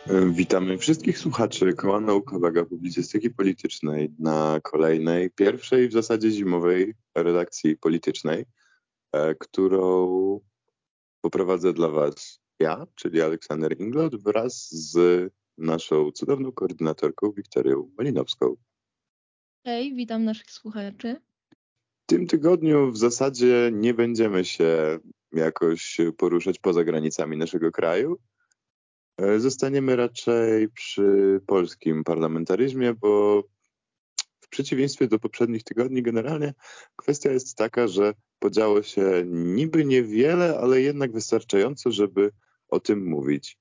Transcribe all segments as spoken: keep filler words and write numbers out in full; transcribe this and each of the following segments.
Witamy wszystkich słuchaczy Koła Naukowego Publicystyki Politycznej na kolejnej, pierwszej w zasadzie zimowej redakcji politycznej, e, którą poprowadzę dla Was ja, czyli Aleksander Inglot, wraz z naszą cudowną koordynatorką Wiktorią Malinowską. Hej, witam naszych słuchaczy. W tym tygodniu w zasadzie nie będziemy się jakoś poruszać poza granicami naszego kraju. Zostaniemy raczej przy polskim parlamentaryzmie, bo w przeciwieństwie do poprzednich tygodni generalnie kwestia jest taka, że podziało się niby niewiele, ale jednak wystarczająco, żeby o tym mówić.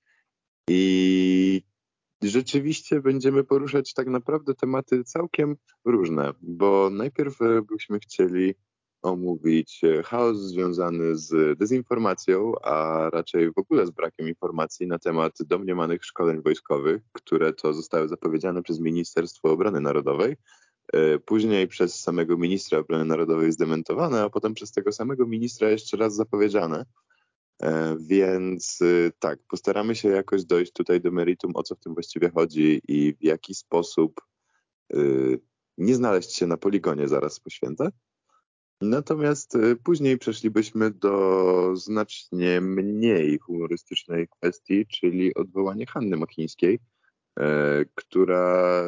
I rzeczywiście będziemy poruszać tak naprawdę tematy całkiem różne, bo najpierw e, byśmy chcieli omówić e, chaos związany z dezinformacją, a raczej w ogóle z brakiem informacji na temat domniemanych szkoleń wojskowych, które to zostały zapowiedziane przez Ministerstwo Obrony Narodowej, e, później przez samego ministra obrony narodowej zdementowane, a potem przez tego samego ministra jeszcze raz zapowiedziane. E, Więc y, tak, postaramy się jakoś dojść tutaj do meritum, o co w tym właściwie chodzi i w jaki sposób y, nie znaleźć się na poligonie zaraz po świętach. Natomiast y, później przeszlibyśmy do znacznie mniej humorystycznej kwestii, czyli odwołanie Hanny Machińskiej, e, która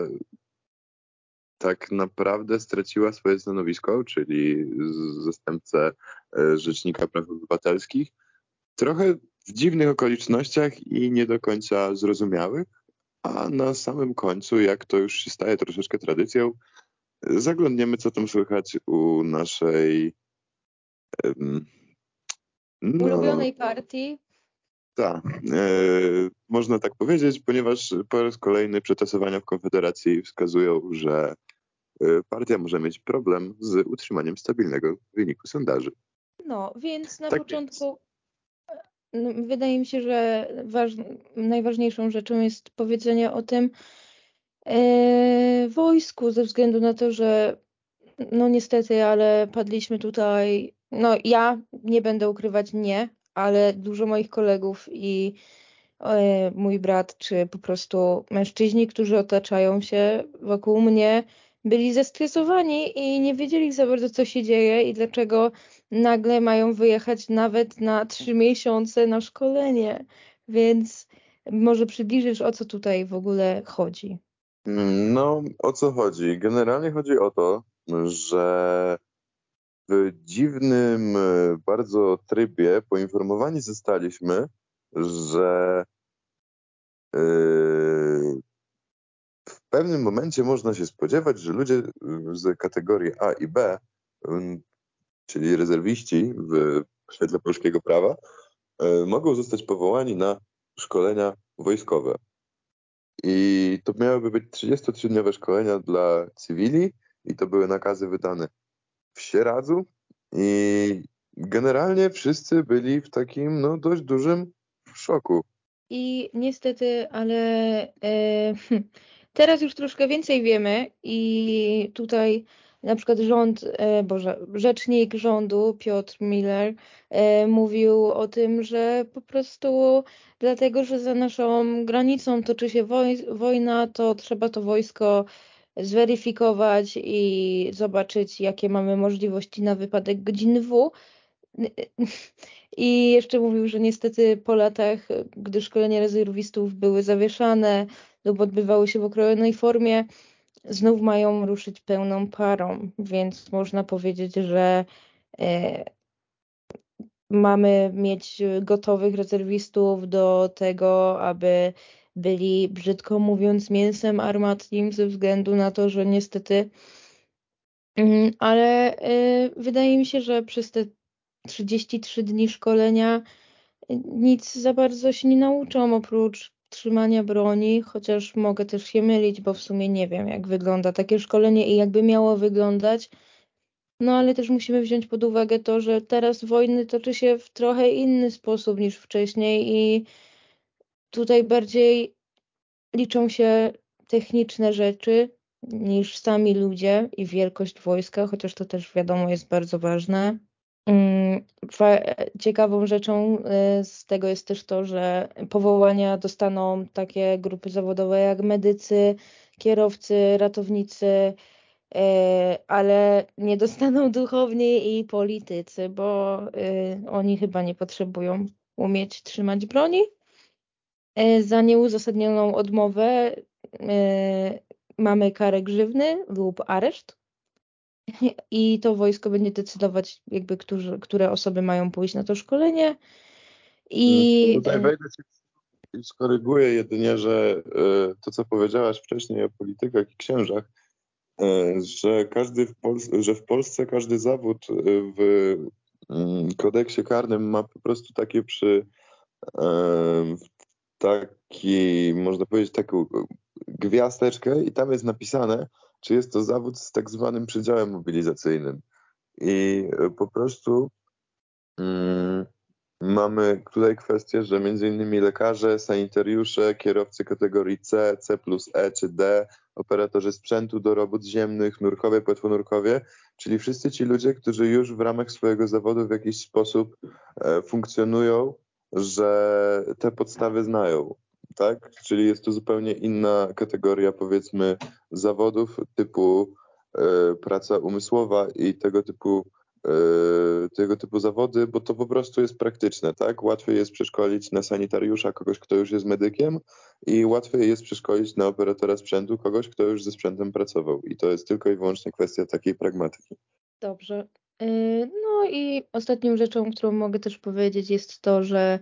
tak naprawdę straciła swoje stanowisko, czyli z- zastępcę e, Rzecznika Praw Obywatelskich. Trochę w dziwnych okolicznościach i nie do końca zrozumiałych, a na samym końcu, jak to już się staje troszeczkę tradycją, zaglądniemy, co tam słychać u naszej em, no Ulubionej partii. tak, e, można tak powiedzieć, ponieważ po raz kolejny przetasowania w Konfederacji wskazują, że e, partia może mieć problem z utrzymaniem stabilnego wyniku sondaży. No, więc na Tak więc. początku no, wydaje mi się, że waż... najważniejszą rzeczą jest powiedzenie o tym e, wojsku, ze względu na to, że no niestety, ale padliśmy tutaj, no ja nie będę ukrywać, nie, ale dużo moich kolegów i e, mój brat, czy po prostu mężczyźni, którzy otaczają się wokół mnie, byli zestresowani i nie wiedzieli za bardzo, co się dzieje i dlaczego nagle mają wyjechać nawet na trzy miesiące na szkolenie. Więc może przybliżysz, o co tutaj w ogóle chodzi. No, o co chodzi? Generalnie chodzi o to, że w dziwnym e, bardzo trybie poinformowani zostaliśmy, że e, w pewnym momencie można się spodziewać, że ludzie z kategorii A i B, m, czyli rezerwiści w świetle polskiego prawa, e, mogą zostać powołani na szkolenia wojskowe. I to miałyby być trzydziestotrzydniowe szkolenia dla cywili i to były nakazy wydane w Sieradzu i generalnie wszyscy byli w takim no dość dużym szoku. I niestety, ale e, teraz już troszkę więcej wiemy i tutaj na przykład rząd, e, Boże, rzecznik rządu Piotr Miller e, mówił o tym, że po prostu dlatego, że za naszą granicą toczy się woj wojna, to trzeba to wojsko zweryfikować i zobaczyć, jakie mamy możliwości na wypadek godziny W. I jeszcze mówił, że niestety po latach, gdy szkolenia rezerwistów były zawieszane lub odbywały się w okrojonej formie, znów mają ruszyć pełną parą, więc można powiedzieć, że e, mamy mieć gotowych rezerwistów do tego, aby byli, brzydko mówiąc, mięsem armatnim, ze względu na to, że niestety, mm, ale e, wydaje mi się, że przez te trzydzieści trzy dni szkolenia nic za bardzo się nie nauczą oprócz trzymania broni, chociaż mogę też się mylić, bo w sumie nie wiem, jak wygląda takie szkolenie i jakby miało wyglądać. No ale też musimy wziąć pod uwagę to, że teraz wojny toczy się w trochę inny sposób niż wcześniej i tutaj bardziej liczą się techniczne rzeczy niż sami ludzie i wielkość wojska, chociaż to też wiadomo jest bardzo ważne. Mm, fa- Ciekawą rzeczą y, z tego jest też to, że powołania dostaną takie grupy zawodowe jak medycy, kierowcy, ratownicy, y, ale nie dostaną duchowni i politycy, bo y, oni chyba nie potrzebują umieć trzymać broni. Y, Za nieuzasadnioną odmowę y, mamy karę grzywny lub areszt. I to wojsko będzie decydować, jakby, którzy, które osoby mają pójść na to szkolenie. Mm, I Tutaj e, wejdę ci i skoryguję jedynie, że e, to, co powiedziałaś wcześniej o politykach i księżach, e, że każdy w Pols- że w Polsce każdy zawód e, w mm, kodeksie karnym ma po prostu takie przy e, taki, można powiedzieć, taką gwiazdeczkę i tam jest napisane, czy jest to zawód z tak zwanym przydziałem mobilizacyjnym. I e, po prostu mm, mamy tutaj kwestię, że między innymi lekarze, sanitariusze, kierowcy kategorii C, C plus E czy D, operatorzy sprzętu do robót ziemnych, nurkowie, płetwonurkowie, czyli wszyscy ci ludzie, którzy już w ramach swojego zawodu w jakiś sposób e, funkcjonują, że te podstawy znają, tak? Czyli jest to zupełnie inna kategoria, powiedzmy, zawodów typu e, praca umysłowa i tego typu e, tego typu zawody, bo to po prostu jest praktyczne, tak? Łatwiej jest przeszkolić na sanitariusza kogoś, kto już jest medykiem i łatwiej jest przeszkolić na operatora sprzętu kogoś, kto już ze sprzętem pracował. I to jest tylko i wyłącznie kwestia takiej pragmatyki. dobrze. E, No i ostatnią rzeczą, którą mogę też powiedzieć, jest to, że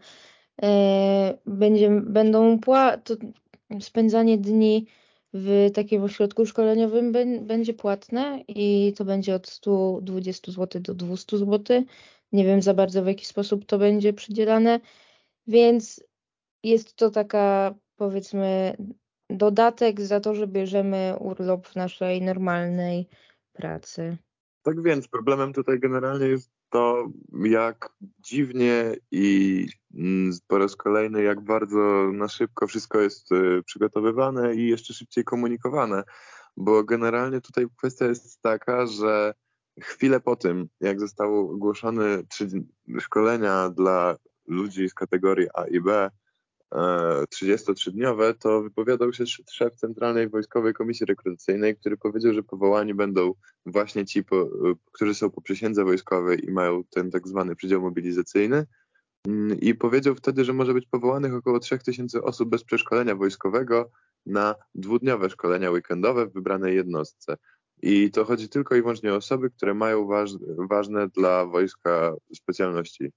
e, będzie, będą pła to spędzanie dni w takim ośrodku szkoleniowym bę- będzie płatne i to będzie od stu dwudziestu złotych do dwustu złotych. Nie wiem za bardzo, w jaki sposób to będzie przydzielane, więc jest to taka, powiedzmy, dodatek za to, że bierzemy urlop w naszej normalnej pracy. Tak więc problemem tutaj generalnie jest to, jak dziwnie i mm, po raz kolejny, jak bardzo na szybko wszystko jest y, przygotowywane i jeszcze szybciej komunikowane, bo generalnie tutaj kwestia jest taka, że chwilę po tym, jak zostały ogłoszone trzy szkolenia dla ludzi z kategorii A i B, e, trzydziestotrzydniowe, to wypowiadał się sz- szef Centralnej Wojskowej Komisji Rekrutacyjnej, który powiedział, że powołani będą właśnie ci, po, którzy są po przysiędze wojskowej i mają ten tak zwany przydział mobilizacyjny. Mm, I powiedział wtedy, że może być powołanych około trzech tysięcy osób bez przeszkolenia wojskowego na dwudniowe szkolenia weekendowe w wybranej jednostce. I to chodzi tylko i wyłącznie o osoby, które mają waż, ważne dla wojska specjalności.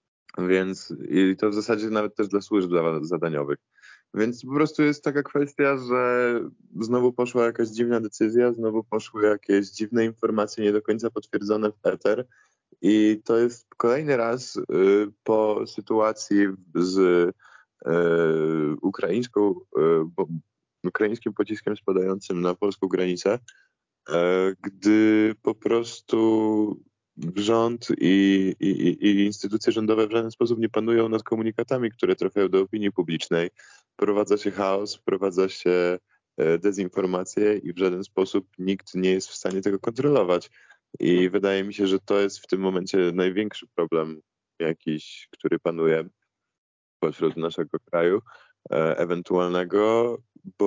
Więc i to w zasadzie nawet też dla służb za- zadaniowych. Więc po prostu jest taka kwestia, że znowu poszła jakaś dziwna decyzja, znowu poszły jakieś dziwne informacje nie do końca potwierdzone w eter. I to jest kolejny raz y, po sytuacji z y, ukraińską, y, bo, ukraińskim pociskiem spadającym na polską granicę, e, gdy po prostu rząd i, i, i i instytucje rządowe w żaden sposób nie panują nad komunikatami, które trafiają do opinii publicznej. Wprowadza się chaos, wprowadza się e, dezinformację i w żaden sposób nikt nie jest w stanie tego kontrolować. I wydaje mi się, że to jest w tym momencie największy problem jakiś, który panuje pośród naszego kraju, e, ewentualnego,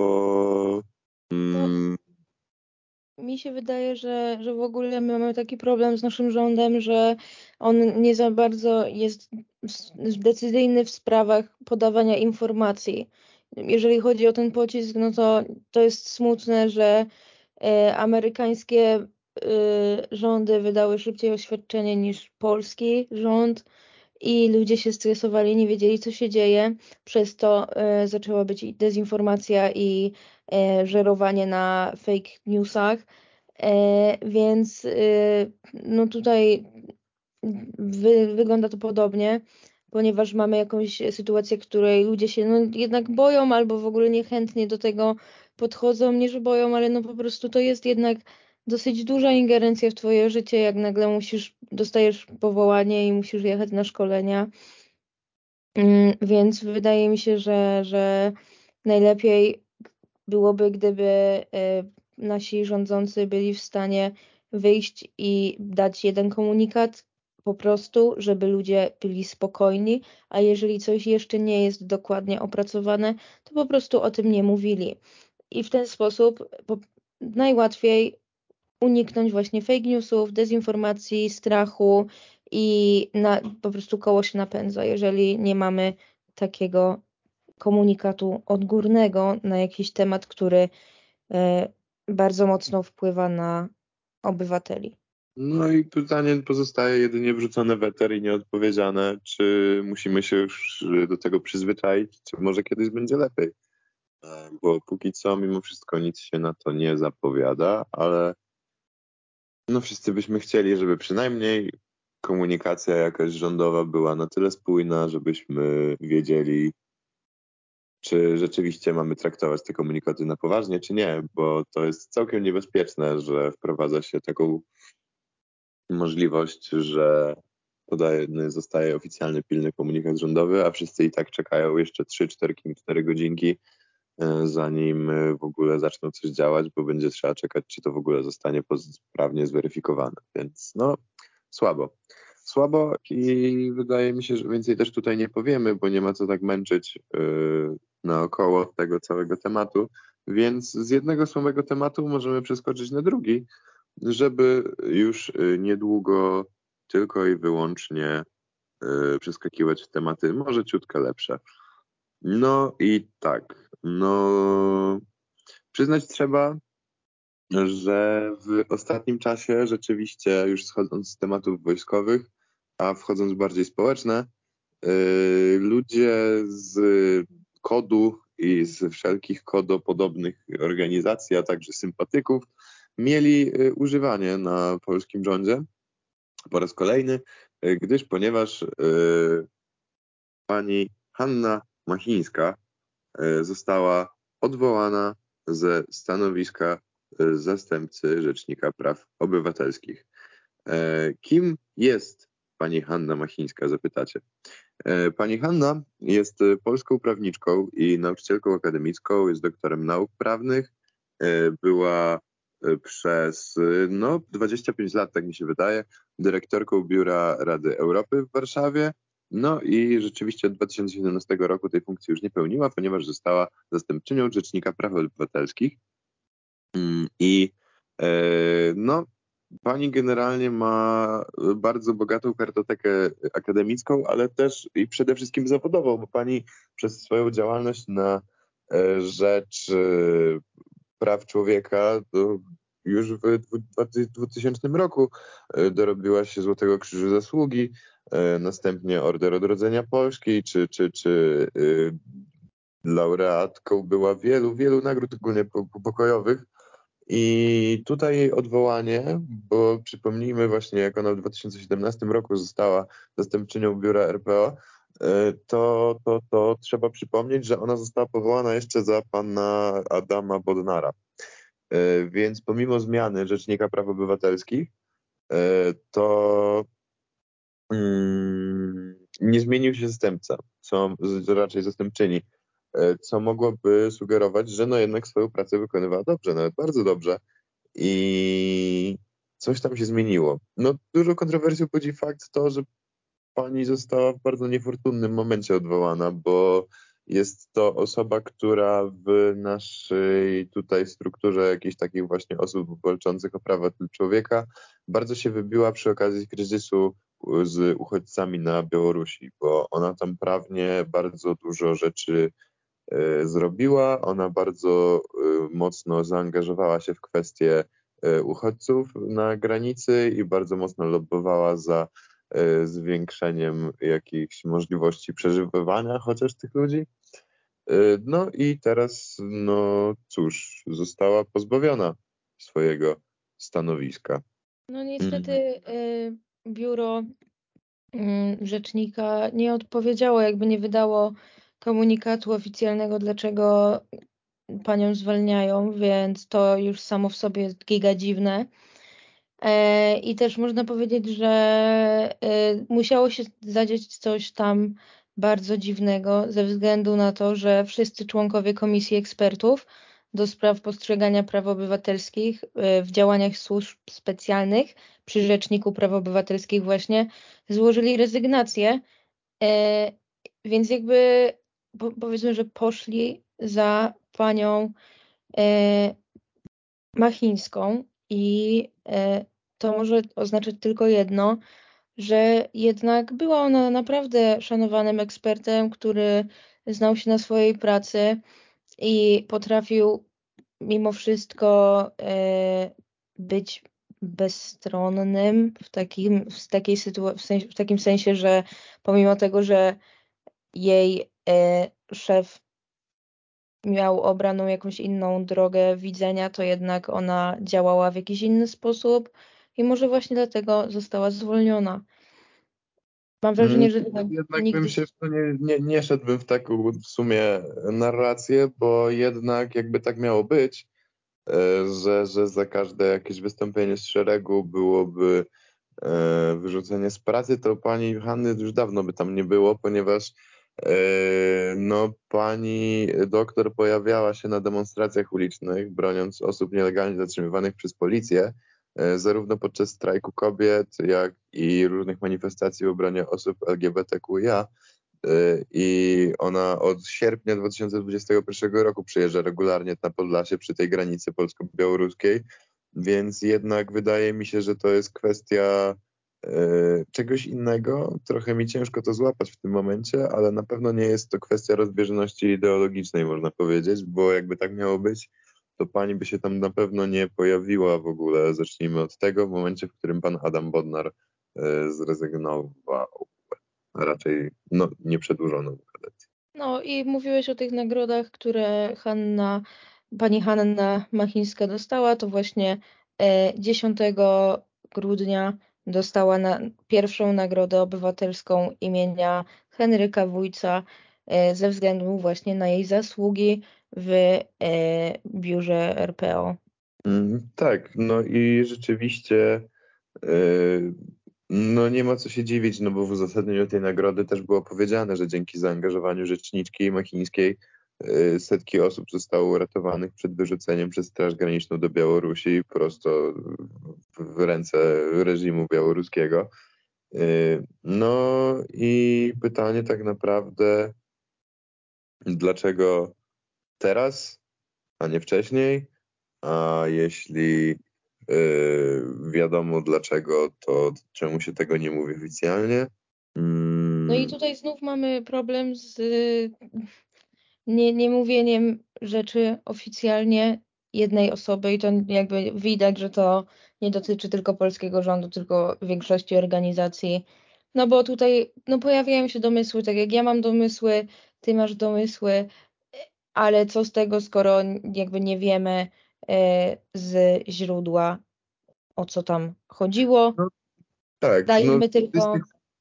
bo No, mm, mi się wydaje, że, że w ogóle my mamy taki problem z naszym rządem, że on nie za bardzo jest s- decyzyjny w sprawach podawania informacji. Jeżeli chodzi o ten pocisk, no to to jest smutne, że e, amerykańskie e, rządy wydały szybciej oświadczenie niż polski rząd i ludzie się stresowali, nie wiedzieli, co się dzieje. Przez to e, zaczęła być i dezinformacja i e, żerowanie na fake newsach. E, więc e, no tutaj wy, wygląda to podobnie, ponieważ mamy jakąś sytuację, w której ludzie się no, jednak boją albo w ogóle niechętnie do tego podchodzą. Nie, że boją, ale no po prostu to jest jednak dosyć duża ingerencja w twoje życie, jak nagle musisz, dostajesz powołanie i musisz jechać na szkolenia. Mm, Więc wydaje mi się, że, że najlepiej byłoby, gdyby e, nasi rządzący byli w stanie wyjść i dać jeden komunikat po prostu, żeby ludzie byli spokojni, a jeżeli coś jeszcze nie jest dokładnie opracowane, to po prostu o tym nie mówili. I w ten sposób po, najłatwiej uniknąć właśnie fake newsów, dezinformacji, strachu i na, po prostu koło się napędza, jeżeli nie mamy takiego komunikatu odgórnego na jakiś temat, który e, bardzo mocno wpływa na obywateli. No i pytanie pozostaje jedynie wrzucone w eter i nieodpowiedziane, czy musimy się już do tego przyzwyczaić, czy może kiedyś będzie lepiej. E, Bo póki co mimo wszystko nic się na to nie zapowiada, ale no wszyscy byśmy chcieli, żeby przynajmniej komunikacja jakaś rządowa była na tyle spójna, żebyśmy wiedzieli, czy rzeczywiście mamy traktować te komunikaty na poważnie, czy nie, bo to jest całkiem niebezpieczne, że wprowadza się taką możliwość, że podany zostaje oficjalny pilny komunikat rządowy, a wszyscy i tak czekają jeszcze trzy cztery godzinki, e, zanim e, w ogóle zaczną coś działać, bo będzie trzeba czekać, czy to w ogóle zostanie poz- prawnie zweryfikowane. Więc no, słabo. Słabo i wydaje mi się, że więcej też tutaj nie powiemy, bo nie ma co tak męczyć yy, naokoło tego całego tematu. Więc z jednego słabego tematu możemy przeskoczyć na drugi, żeby już y, niedługo tylko i wyłącznie y, przeskakiwać w tematy może ciutkę lepsze. No i tak, no przyznać trzeba, że w ostatnim czasie rzeczywiście, już schodząc z tematów wojskowych, a wchodząc w bardziej społeczne, y, ludzie z kodu i z wszelkich kodopodobnych organizacji, a także sympatyków mieli y, używanie na polskim rządzie po raz kolejny, y, gdyż ponieważ y, pani Hanna Machińska y, została odwołana ze stanowiska y, zastępcy Rzecznika Praw Obywatelskich. E, Kim jest pani Hanna Machińska, zapytacie? E, Pani Hanna jest e, polską prawniczką i nauczycielką akademicką, jest doktorem nauk prawnych. E, Była e, przez e, no, dwadzieścia pięć lat, tak mi się wydaje, dyrektorką Biura Rady Europy w Warszawie. No i rzeczywiście od dwa tysiące siedemnastego roku tej funkcji już nie pełniła, ponieważ została zastępczynią Rzecznika Praw Obywatelskich. Mm, I e, no, pani generalnie ma bardzo bogatą kartotekę akademicką, ale też i przede wszystkim zawodową, bo pani przez swoją działalność na e, rzecz e, praw człowieka to już w dwu tysięcznym roku e, dorobiła się Złotego Krzyża Zasługi, e, następnie Order Odrodzenia Polski, czy, czy, czy e, laureatką była wielu, wielu nagród, ogólnie pokojowych. I tutaj jej odwołanie, bo przypomnijmy właśnie, jak ona w dwa tysiące siedemnastym roku została zastępczynią biura R P O, e, to, to, to trzeba przypomnieć, że ona została powołana jeszcze za pana Adama Bodnara. E, Więc pomimo zmiany Rzecznika Praw Obywatelskich, e, to mm, nie zmienił się zastępca, co z- raczej zastępczyni, e, co mogłoby sugerować, że no jednak swoją pracę wykonywała dobrze, nawet bardzo dobrze. I coś tam się zmieniło. No, dużo kontrowersji budzi fakt to, że pani została w bardzo niefortunnym momencie odwołana, bo jest to osoba, która w naszej tutaj strukturze jakichś takich właśnie osób walczących o prawa człowieka bardzo się wybiła przy okazji kryzysu z uchodźcami na Białorusi, bo ona tam prawnie bardzo dużo rzeczy e, zrobiła. Ona bardzo e, mocno zaangażowała się w kwestie e, uchodźców na granicy i bardzo mocno lobbowała za e, zwiększeniem jakichś możliwości przeżywania chociaż tych ludzi. E, No i teraz, no cóż, została pozbawiona swojego stanowiska. No niestety Mm. y, biuro mm, rzecznika nie odpowiedziało, jakby nie wydało komunikatu oficjalnego, dlaczego panią zwalniają, więc to już samo w sobie jest giga dziwne. E, I też można powiedzieć, że e, musiało się zadzieć coś tam bardzo dziwnego ze względu na to, że wszyscy członkowie komisji ekspertów do spraw postrzegania praw obywatelskich w działaniach służb specjalnych przy Rzeczniku Praw Obywatelskich właśnie złożyli rezygnację, więc jakby powiedzmy, że poszli za panią Machińską i to może oznaczać tylko jedno, że jednak była ona naprawdę szanowanym ekspertem, który znał się na swojej pracy i potrafił mimo wszystko e, być bezstronnym w takim, w takiej sytua- w, sensie, w takim sensie, że pomimo tego, że jej e, szef miał obraną jakąś inną drogę widzenia, to jednak ona działała w jakiś inny sposób i może właśnie dlatego została zwolniona. Mam wrażenie, że tak Jednak bym nigdy... się w to nie, nie, nie szedłbym w taką w sumie narrację, bo jednak jakby tak miało być, e, że, że za każde jakieś wystąpienie z szeregu byłoby e, wyrzucenie z pracy, to pani Hanny już dawno by tam nie było, ponieważ e, no pani doktor pojawiała się na demonstracjach ulicznych, broniąc osób nielegalnie zatrzymywanych przez policję, e, zarówno podczas strajku kobiet, jak i różnych manifestacji w obronie osób L G B T Q I A. I ona od sierpnia dwa tysiące dwudziestego pierwszego roku przyjeżdża regularnie na Podlasie przy tej granicy polsko-białoruskiej, więc jednak wydaje mi się, że to jest kwestia e, czegoś innego. Trochę mi ciężko to złapać w tym momencie, ale na pewno nie jest to kwestia rozbieżności ideologicznej, można powiedzieć, bo jakby tak miało być, to pani by się tam na pewno nie pojawiła w ogóle. Zacznijmy od tego, w momencie, w którym pan Adam Bodnar e, zrezygnował. A raczej no, nie przedłużono kadencji. No i mówiłeś o tych nagrodach, które Hanna, pani Hanna Machińska dostała, to właśnie e, dziesiątego grudnia dostała na, pierwszą nagrodę obywatelską imienia Henryka Wójca e, ze względu właśnie na jej zasługi w e, biurze R P O. Mm, tak, no i rzeczywiście yy, no nie ma co się dziwić, no bo w uzasadnieniu tej nagrody też było powiedziane, że dzięki zaangażowaniu rzeczniczki machińskiej yy, setki osób zostało uratowanych przed wyrzuceniem przez Straż Graniczną do Białorusi prosto w, w ręce reżimu białoruskiego. Yy, no i pytanie tak naprawdę, dlaczego teraz, a nie wcześniej? A jeśli yy, wiadomo dlaczego, to czemu się tego nie mówi oficjalnie? No i Mm, tutaj znów mamy problem z nie, nie mówieniem rzeczy oficjalnie jednej osoby i to jakby widać, że to nie dotyczy tylko polskiego rządu, tylko większości organizacji. No bo tutaj no pojawiają się domysły, tak jak ja mam domysły, ty masz domysły, ale co z tego, skoro jakby nie wiemy e, z źródła, o co tam chodziło. no tak, no Dajemy z czystych, tylko,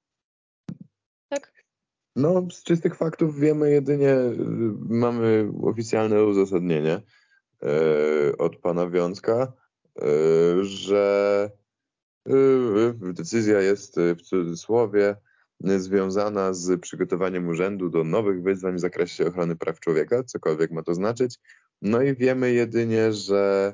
tak? no z czystych faktów wiemy jedynie, y, mamy oficjalne uzasadnienie y, od pana Wiązka, y, że y, decyzja jest y, w cudzysłowie y, związana z przygotowaniem urzędu do nowych wyzwań w zakresie ochrony praw człowieka, cokolwiek ma to znaczyć. No i wiemy jedynie, że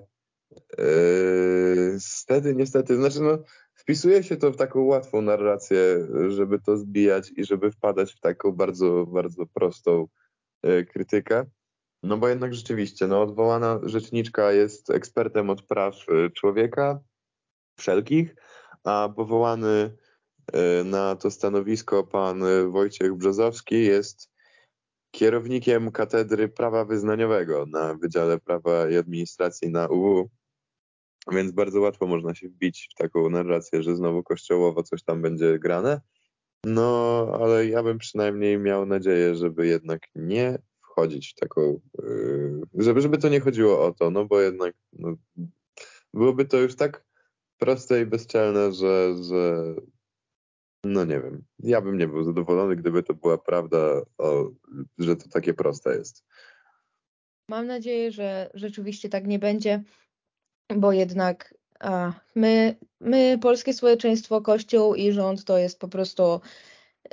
yy, wtedy niestety, znaczy no, wpisuje się to w taką łatwą narrację, żeby to zbijać i żeby wpadać w taką bardzo, bardzo prostą yy, krytykę. No bo jednak rzeczywiście, no, odwołana rzeczniczka jest ekspertem od praw yy, człowieka, wszelkich, a powołany yy, na to stanowisko pan yy, Wojciech Brzozowski jest kierownikiem Katedry Prawa Wyznaniowego na Wydziale Prawa i Administracji na U W. Więc bardzo łatwo można się wbić w taką narrację, że znowu kościołowo coś tam będzie grane. No, ale ja bym przynajmniej miał nadzieję, żeby jednak nie wchodzić w taką, yy, żeby, żeby to nie chodziło o to, no bo jednak no, byłoby to już tak proste i bezczelne, że, że no nie wiem, ja bym nie był zadowolony, gdyby to była prawda, o, że to takie proste jest. Mam nadzieję, że rzeczywiście tak nie będzie, bo jednak a, my, my, polskie społeczeństwo, Kościół i rząd to jest po prostu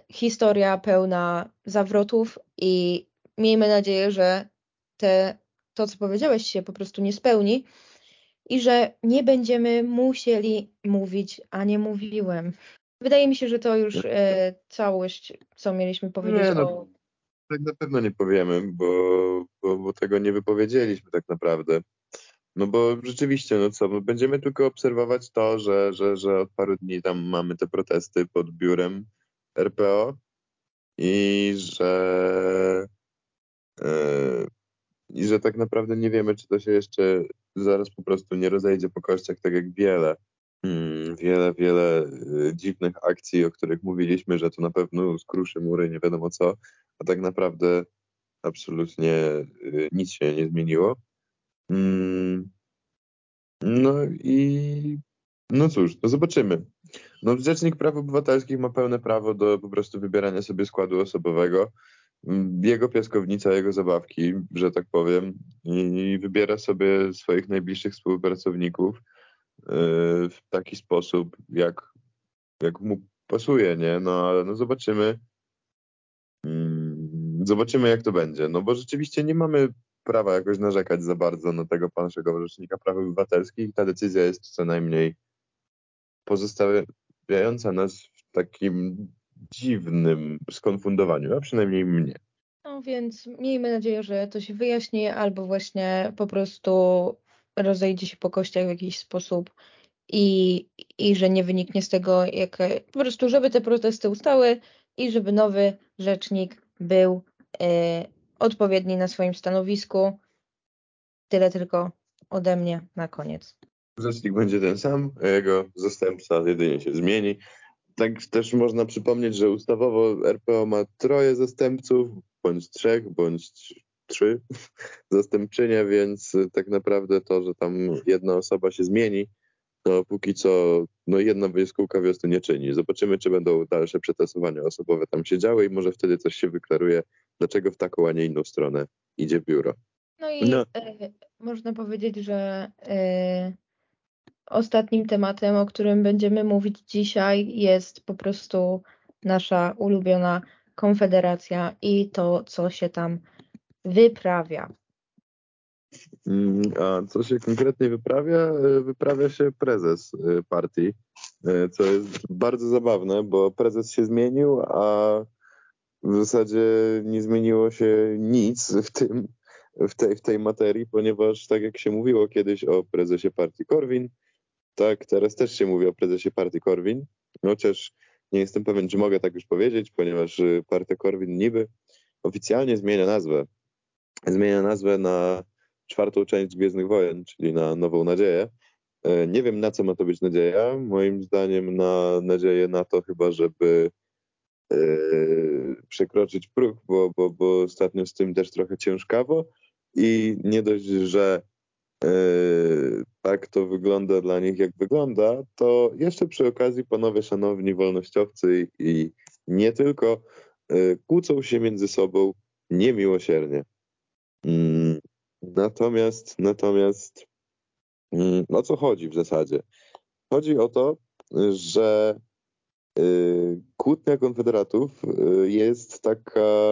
historia pełna zawrotów i miejmy nadzieję, że te, to, co powiedziałeś, się po prostu nie spełni i że nie będziemy musieli mówić, a nie mówiłem. Wydaje mi się, że to już e, całość, co mieliśmy powiedzieć Nie, no o... tak na pewno nie powiemy, bo, bo, bo tego nie wypowiedzieliśmy tak naprawdę. No bo rzeczywiście, no co, no będziemy tylko obserwować to, że, że, że od paru dni tam mamy te protesty pod biurem R P O i że, e, i że tak naprawdę nie wiemy, czy to się jeszcze zaraz po prostu nie rozejdzie po kościach, tak jak wiele, mm, wiele, wiele y, dziwnych akcji, o których mówiliśmy, że to na pewno skruszy mury, nie wiadomo co, a tak naprawdę absolutnie y, nic się nie zmieniło. Mm, No i no cóż, to zobaczymy. No, Rzecznik Praw Obywatelskich ma pełne prawo do po prostu wybierania sobie składu osobowego. Mm, Jego piaskownica, jego zabawki, że tak powiem, i wybiera sobie swoich najbliższych współpracowników yy, w taki sposób, jak, jak mu pasuje, nie? No ale no zobaczymy. Mm, Zobaczymy, jak to będzie. No bo rzeczywiście nie mamy prawa jakoś narzekać za bardzo na tego naszego Rzecznika Praw Obywatelskich. Ta decyzja jest co najmniej pozostawiająca nas w takim dziwnym skonfundowaniu, a przynajmniej mnie. No więc miejmy nadzieję, że to się wyjaśni, albo właśnie po prostu rozejdzie się po kościach w jakiś sposób i, i że nie wyniknie z tego, jak, po prostu, żeby te protesty ustały i żeby nowy rzecznik był e, odpowiedni na swoim stanowisku. Tyle tylko ode mnie na koniec. Rzecznik będzie ten sam, a jego zastępca jedynie się zmieni. Tak też można przypomnieć, że ustawowo R P O ma troje zastępców, bądź trzech, bądź trzy zastępczynie, więc tak naprawdę to, że tam jedna osoba się zmieni, to póki co no jedna jaskółka wiosny nie czyni. Zobaczymy, czy będą dalsze przetasowania osobowe tam się działy i może wtedy coś się wyklaruje, dlaczego w taką, a nie inną stronę idzie biuro. No i No, e, można powiedzieć, że e, ostatnim tematem, o którym będziemy mówić dzisiaj, jest po prostu nasza ulubiona Konfederacja i to, co się tam wyprawia. mm, a co się konkretnie wyprawia? E, Wyprawia się prezes e, partii, e, co jest bardzo zabawne, bo prezes się zmienił, a w zasadzie nie zmieniło się nic w tym, w tej, w tej materii, ponieważ tak jak się mówiło kiedyś o prezesie partii Korwin, tak teraz też się mówi o prezesie partii Korwin, chociaż nie jestem pewien, czy mogę tak już powiedzieć, ponieważ y, partia Korwin niby oficjalnie zmienia nazwę. Zmienia nazwę na czwartą część Gwiezdnych Wojen, czyli na Nową Nadzieję. E, Nie wiem, na co ma to być nadzieja. Moim zdaniem na nadzieję na to chyba, żeby e, przekroczyć próg, bo, bo, bo ostatnio z tym też trochę ciężkawo i nie dość, że e, tak to wygląda dla nich, jak wygląda, to jeszcze przy okazji panowie szanowni wolnościowcy i nie tylko e, kłócą się między sobą niemiłosiernie. Mm, Natomiast, natomiast mm, o co chodzi w zasadzie? Chodzi o to, że y, kłótnia konfederatów y, jest taka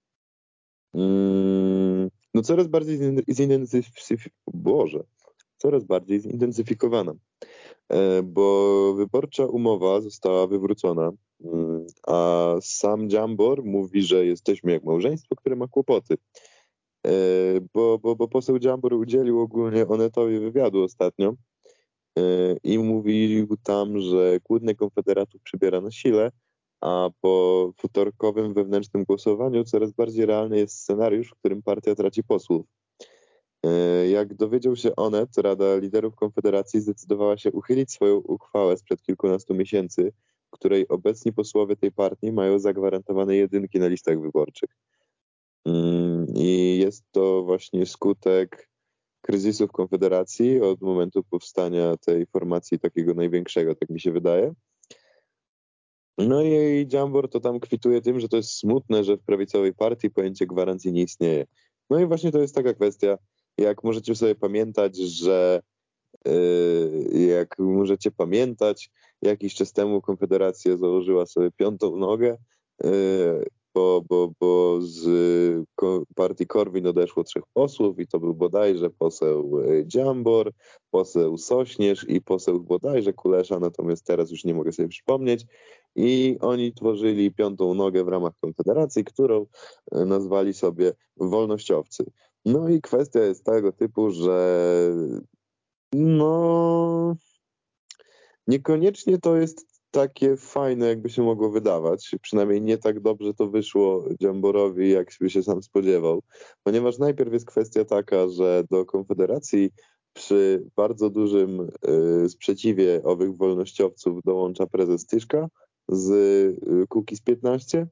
mm, no coraz bardziej zintensyfikowana, Boże, coraz bardziej zintensyfikowana, E, bo wyborcza umowa została wywrócona, mm, a sam Dziambor mówi, że jesteśmy jak małżeństwo, które ma kłopoty. E, Bo, bo, bo poseł Dziambor udzielił ogólnie Onetowi wywiadu ostatnio e, i mówił tam, że kłótnia konfederatów przybiera na sile, a po wtorkowym wewnętrznym głosowaniu coraz bardziej realny jest scenariusz, w którym partia traci posłów. E, Jak dowiedział się Onet, Rada Liderów Konfederacji zdecydowała się uchylić swoją uchwałę sprzed kilkunastu miesięcy, w której obecni posłowie tej partii mają zagwarantowane jedynki na listach wyborczych. Mm, I jest to właśnie skutek kryzysu w Konfederacji od momentu powstania tej formacji takiego największego, tak mi się wydaje. No i Dziambor to tam kwituje tym, że to jest smutne, że w prawicowej partii pojęcie gwarancji nie istnieje. No i właśnie to jest taka kwestia, jak możecie sobie pamiętać, że yy, jak możecie pamiętać, jakiś czas temu Konfederacja założyła sobie piątą nogę, yy, po bo, bo, bo z partii Korwin odeszło trzech posłów i to był bodajże poseł Dziambor, poseł Sośnierz i poseł bodajże Kulesza, natomiast teraz już nie mogę sobie przypomnieć. I oni tworzyli piątą nogę w ramach Konfederacji, którą nazwali sobie wolnościowcy. No i kwestia jest tego typu, że no niekoniecznie to jest takie fajne, jakby się mogło wydawać. Przynajmniej nie tak dobrze to wyszło Dziamborowi, jak by się sam spodziewał. Ponieważ najpierw jest kwestia taka, że do Konfederacji przy bardzo dużym y, sprzeciwie owych wolnościowców dołącza prezes Tyszka z y, Kukiz piętnaście,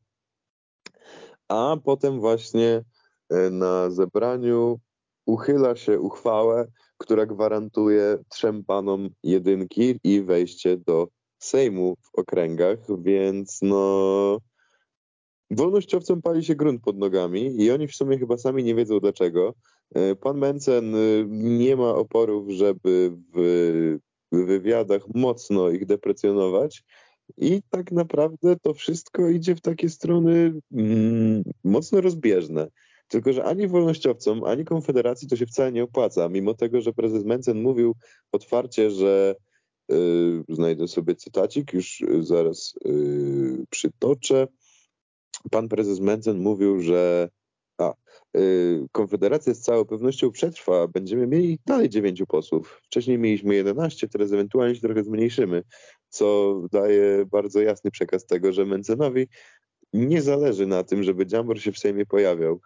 a potem właśnie y, na zebraniu uchyla się uchwałę, która gwarantuje trzem panom jedynki i wejście do Sejmu w okręgach, więc no wolnościowcom pali się grunt pod nogami i oni w sumie chyba sami nie wiedzą dlaczego. Pan Mencen nie ma oporów, żeby w wywiadach mocno ich deprecjonować i tak naprawdę to wszystko idzie w takie strony mm, mocno rozbieżne. Tylko że ani wolnościowcom, ani Konfederacji to się wcale nie opłaca, mimo tego, że prezes Mencen mówił otwarcie, że Yy, znajdę sobie cytacik, już zaraz yy, przytoczę. Pan prezes Mencen mówił, że a, yy, Konfederacja z całą pewnością przetrwa. Będziemy mieli dalej dziewięciu posłów. Wcześniej mieliśmy jedenaście, teraz ewentualnie się trochę zmniejszymy, co daje bardzo jasny przekaz tego, że Mencenowi nie zależy na tym, żeby Dziambor się w Sejmie pojawiał.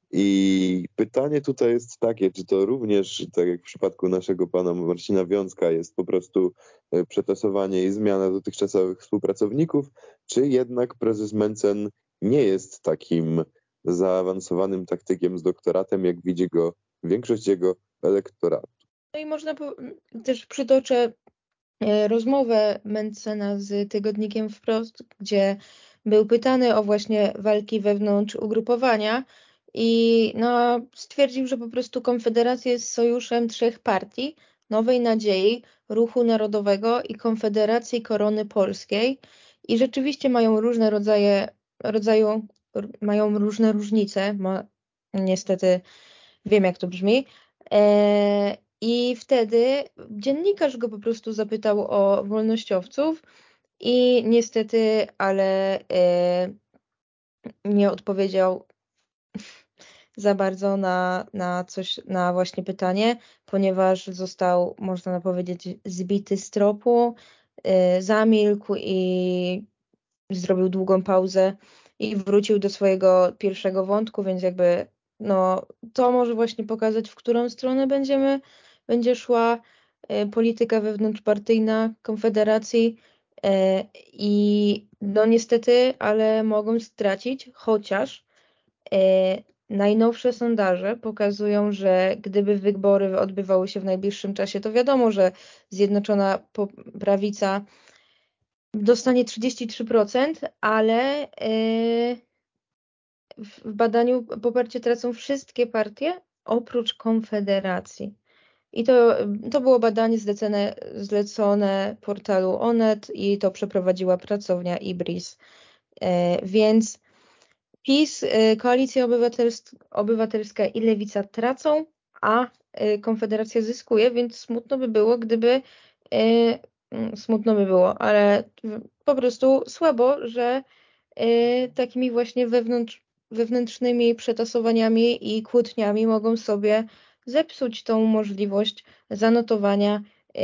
I pytanie tutaj jest takie, czy to również, tak jak w przypadku naszego pana Marcina Wiącka, jest po prostu przetasowanie i zmiana dotychczasowych współpracowników, czy jednak prezes Mencen nie jest takim zaawansowanym taktykiem z doktoratem, jak widzi go większość jego elektoratu. No i można po- też przytoczę e, rozmowę Mencena z tygodnikiem Wprost, gdzie był pytany o właśnie walki wewnątrz ugrupowania i no, stwierdził, że po prostu Konfederacja jest sojuszem trzech partii: Nowej Nadziei, Ruchu Narodowego i Konfederacji Korony Polskiej, i rzeczywiście mają różne rodzaje, rodzaju, r- mają różne różnice. Ma, niestety wiem, jak to brzmi. E, I wtedy dziennikarz go po prostu zapytał o wolnościowców i niestety, ale e, nie odpowiedział za bardzo na, na coś, na właśnie pytanie, ponieważ został, można powiedzieć, zbity z tropu, e, zamilkł i zrobił długą pauzę i wrócił do swojego pierwszego wątku, więc jakby no to może właśnie pokazać, w którą stronę będziemy, będzie szła e, polityka wewnątrzpartyjna Konfederacji, e, i no niestety, ale mogą stracić, chociaż e, najnowsze sondaże pokazują, że gdyby wybory odbywały się w najbliższym czasie, to wiadomo, że Zjednoczona po- Prawica dostanie trzydzieści trzy procent, ale yy, w badaniu poparcie tracą wszystkie partie oprócz Konfederacji. I to, to było badanie zlecone, zlecone portalu Onet i to przeprowadziła pracownia Ibris. Yy, Więc PiS, yy, Koalicja Obywatelsk- Obywatelska i Lewica tracą, a yy, Konfederacja zyskuje, więc smutno by było, gdyby yy, mm, smutno by było, ale po prostu słabo, że yy, takimi właśnie wewnątrz, wewnętrznymi przetasowaniami i kłótniami mogą sobie zepsuć tą możliwość zanotowania yy,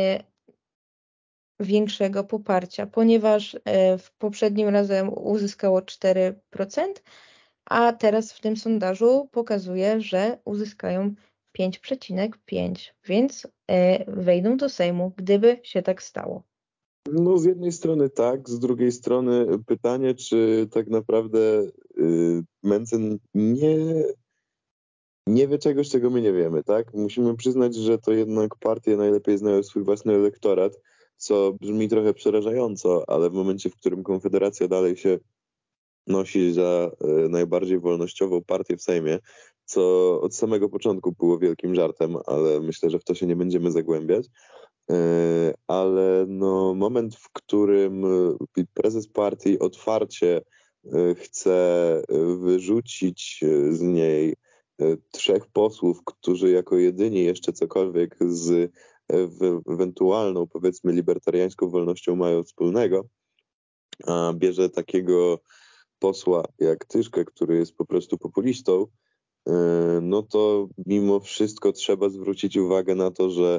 większego poparcia, ponieważ yy, w poprzednim razem uzyskało cztery procent, a teraz w tym sondażu pokazuje, że uzyskają pięć przecinek pięć, więc yy, wejdą do Sejmu, gdyby się tak stało. No z jednej strony tak, z drugiej strony pytanie, czy tak naprawdę y, Mencen nie, nie wie czegoś, czego my nie wiemy, tak? Musimy przyznać, że to jednak partie najlepiej znają swój własny elektorat, co brzmi trochę przerażająco, ale w momencie, w którym Konfederacja dalej się nosi za y, najbardziej wolnościową partię w Sejmie, co od samego początku było wielkim żartem, ale myślę, że w to się nie będziemy zagłębiać. E, ale no, moment, w którym prezes partii otwarcie chce wyrzucić z niej trzech posłów, którzy jako jedyni jeszcze cokolwiek z ewentualną, powiedzmy, libertariańską wolnością mają wspólnego, a bierze takiego posła jak Tyszkę, który jest po prostu populistą, no to mimo wszystko trzeba zwrócić uwagę na to, że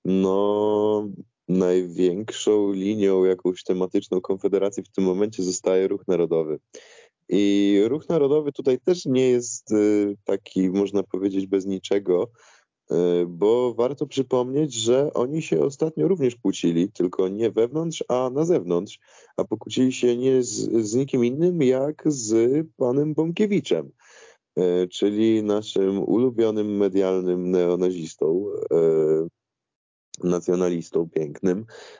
no największą linią jakąś tematyczną Konfederacji w tym momencie zostaje Ruch Narodowy. I Ruch Narodowy tutaj też nie jest taki, można powiedzieć, bez niczego, bo warto przypomnieć, że oni się ostatnio również kłócili, tylko nie wewnątrz, a na zewnątrz, a pokłócili się nie z, z nikim innym jak z panem Bąkiewiczem, czyli naszym ulubionym medialnym neonazistą, nacjonalistą pięknym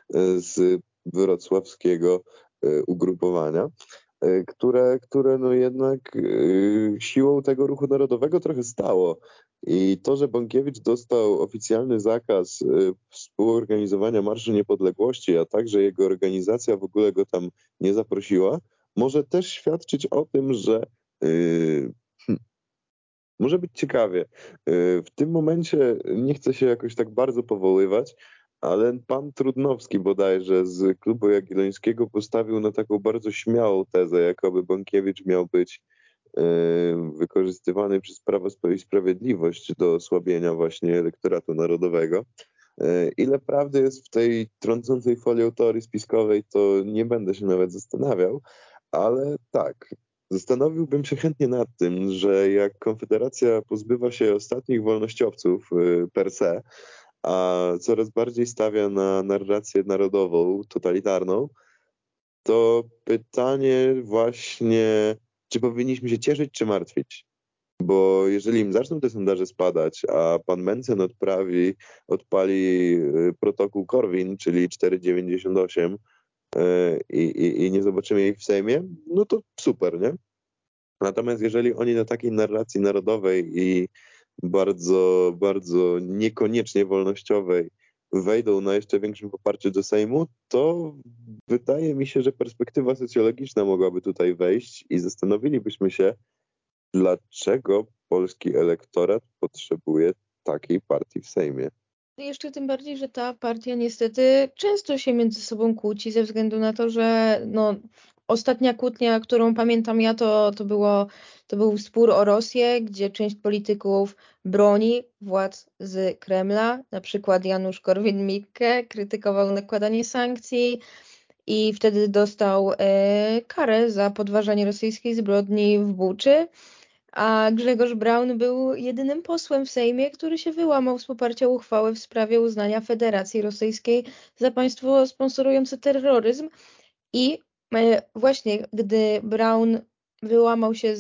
z wrocławskiego ugrupowania, które, które no jednak siłą tego ruchu narodowego trochę stało. I to, że Bąkiewicz dostał oficjalny zakaz współorganizowania Marszu Niepodległości, a także jego organizacja w ogóle go tam nie zaprosiła, może też świadczyć o tym, że yy, hm, może być ciekawie. Yy, w tym momencie nie chcę się jakoś tak bardzo powoływać, ale pan Trudnowski bodajże z Klubu Jagiellońskiego postawił na taką bardzo śmiałą tezę, jakoby Bąkiewicz miał być yy, wykorzystywany przez Prawo i Sprawiedliwość do osłabienia właśnie elektoratu narodowego. Yy, ile prawdy jest w tej trącącej folią teorii spiskowej, to nie będę się nawet zastanawiał, ale tak, zastanowiłbym się chętnie nad tym, że jak Konfederacja pozbywa się ostatnich wolnościowców yy, per se, a coraz bardziej stawia na narrację narodową, totalitarną, to pytanie właśnie, czy powinniśmy się cieszyć, czy martwić? Bo jeżeli im zaczną te sondaże spadać, a pan Mencen odprawi, odpali y, protokół Korwin, czyli cztery dziewięćdziesiąt osiem y, i, i, i nie zobaczymy ich w Sejmie, no to super, nie? Natomiast jeżeli oni na takiej narracji narodowej i bardzo, bardzo niekoniecznie wolnościowej wejdą na jeszcze większym poparciu do Sejmu, to wydaje mi się, że perspektywa socjologiczna mogłaby tutaj wejść i zastanowilibyśmy się, dlaczego polski elektorat potrzebuje takiej partii w Sejmie. Jeszcze tym bardziej, że ta partia niestety często się między sobą kłóci ze względu na to, że no, ostatnia kłótnia, którą pamiętam ja, to, to, było, to był spór o Rosję, gdzie część polityków broni władz z Kremla, na przykład Janusz Korwin-Mikke krytykował nakładanie sankcji i wtedy dostał e, karę za podważanie rosyjskiej zbrodni w Buczy. A Grzegorz Braun był jedynym posłem w Sejmie, który się wyłamał z poparcia uchwały w sprawie uznania Federacji Rosyjskiej za państwo sponsorujące terroryzm. I e, właśnie gdy Braun wyłamał się z,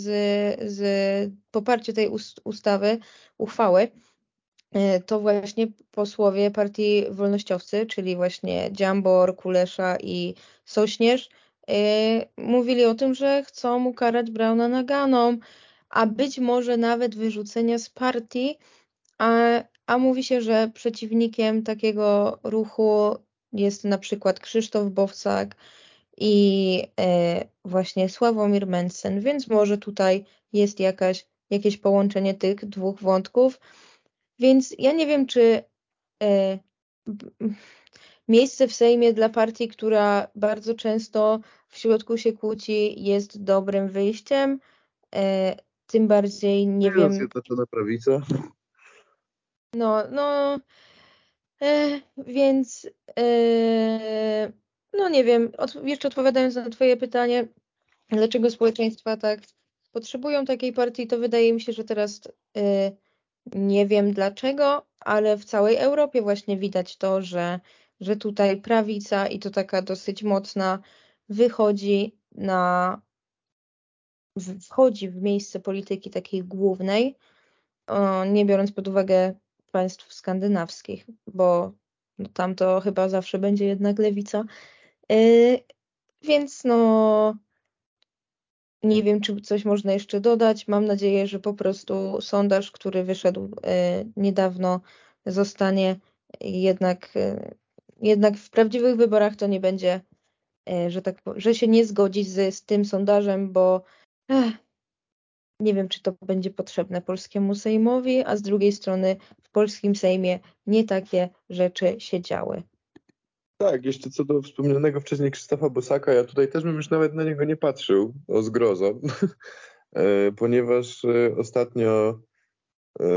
z poparcia tej ustawy, uchwały, e, to właśnie posłowie partii wolnościowcy, czyli właśnie Dziambor, Kulesza i Sośnierz, e, mówili o tym, że chcą ukarać Brauna naganą, a być może nawet wyrzucenia z partii, a, a mówi się, że przeciwnikiem takiego ruchu jest na przykład Krzysztof Bowcak i e, właśnie Sławomir Mencen, więc może tutaj jest jakaś, jakieś połączenie tych dwóch wątków. Więc ja nie wiem, czy e, b- miejsce w Sejmie dla partii, która bardzo często w środku się kłóci, jest dobrym wyjściem. E, tym bardziej nie No, wiem. Zjednoczona Prawica. No, no, e, więc e, no nie wiem, od, jeszcze odpowiadając na twoje pytanie, dlaczego społeczeństwa tak potrzebują takiej partii, to wydaje mi się, że teraz e, nie wiem dlaczego, ale w całej Europie właśnie widać to, że, że tutaj prawica i to taka dosyć mocna wychodzi na, w- wchodzi w miejsce polityki takiej głównej, o, nie biorąc pod uwagę państw skandynawskich, bo no, tam to chyba zawsze będzie jednak lewica. Yy, więc no nie wiem, czy coś można jeszcze dodać. Mam nadzieję, że po prostu sondaż, który wyszedł yy, niedawno, zostanie jednak, yy, jednak w prawdziwych wyborach to nie będzie e, że tak, po- że się nie zgodzić z, z tym sondażem, bo ech, nie wiem, czy to będzie potrzebne polskiemu Sejmowi, a z drugiej strony w polskim Sejmie nie takie rzeczy się działy. Tak, jeszcze co do wspomnianego wcześniej Krzysztofa Bosaka, ja tutaj też bym już nawet na niego nie patrzył, o zgrozo, e, ponieważ e, ostatnio e,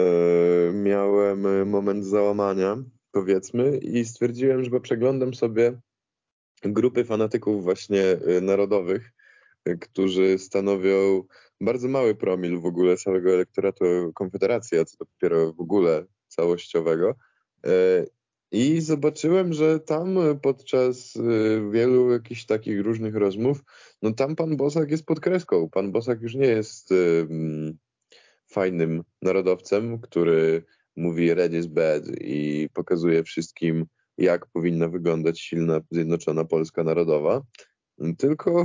miałem moment załamania, powiedzmy, i stwierdziłem, że przeglądam sobie grupy fanatyków właśnie e, narodowych, e, którzy stanowią bardzo mały promil w ogóle całego elektoratu Konfederacji, a co dopiero w ogóle całościowego. E, I zobaczyłem, że tam podczas e, wielu jakichś takich różnych rozmów, no tam pan Bosak jest pod kreską. Pan Bosak już nie jest e, mm, fajnym narodowcem, który mówi red is bad i pokazuje wszystkim, jak powinna wyglądać silna, zjednoczona Polska Narodowa. Tylko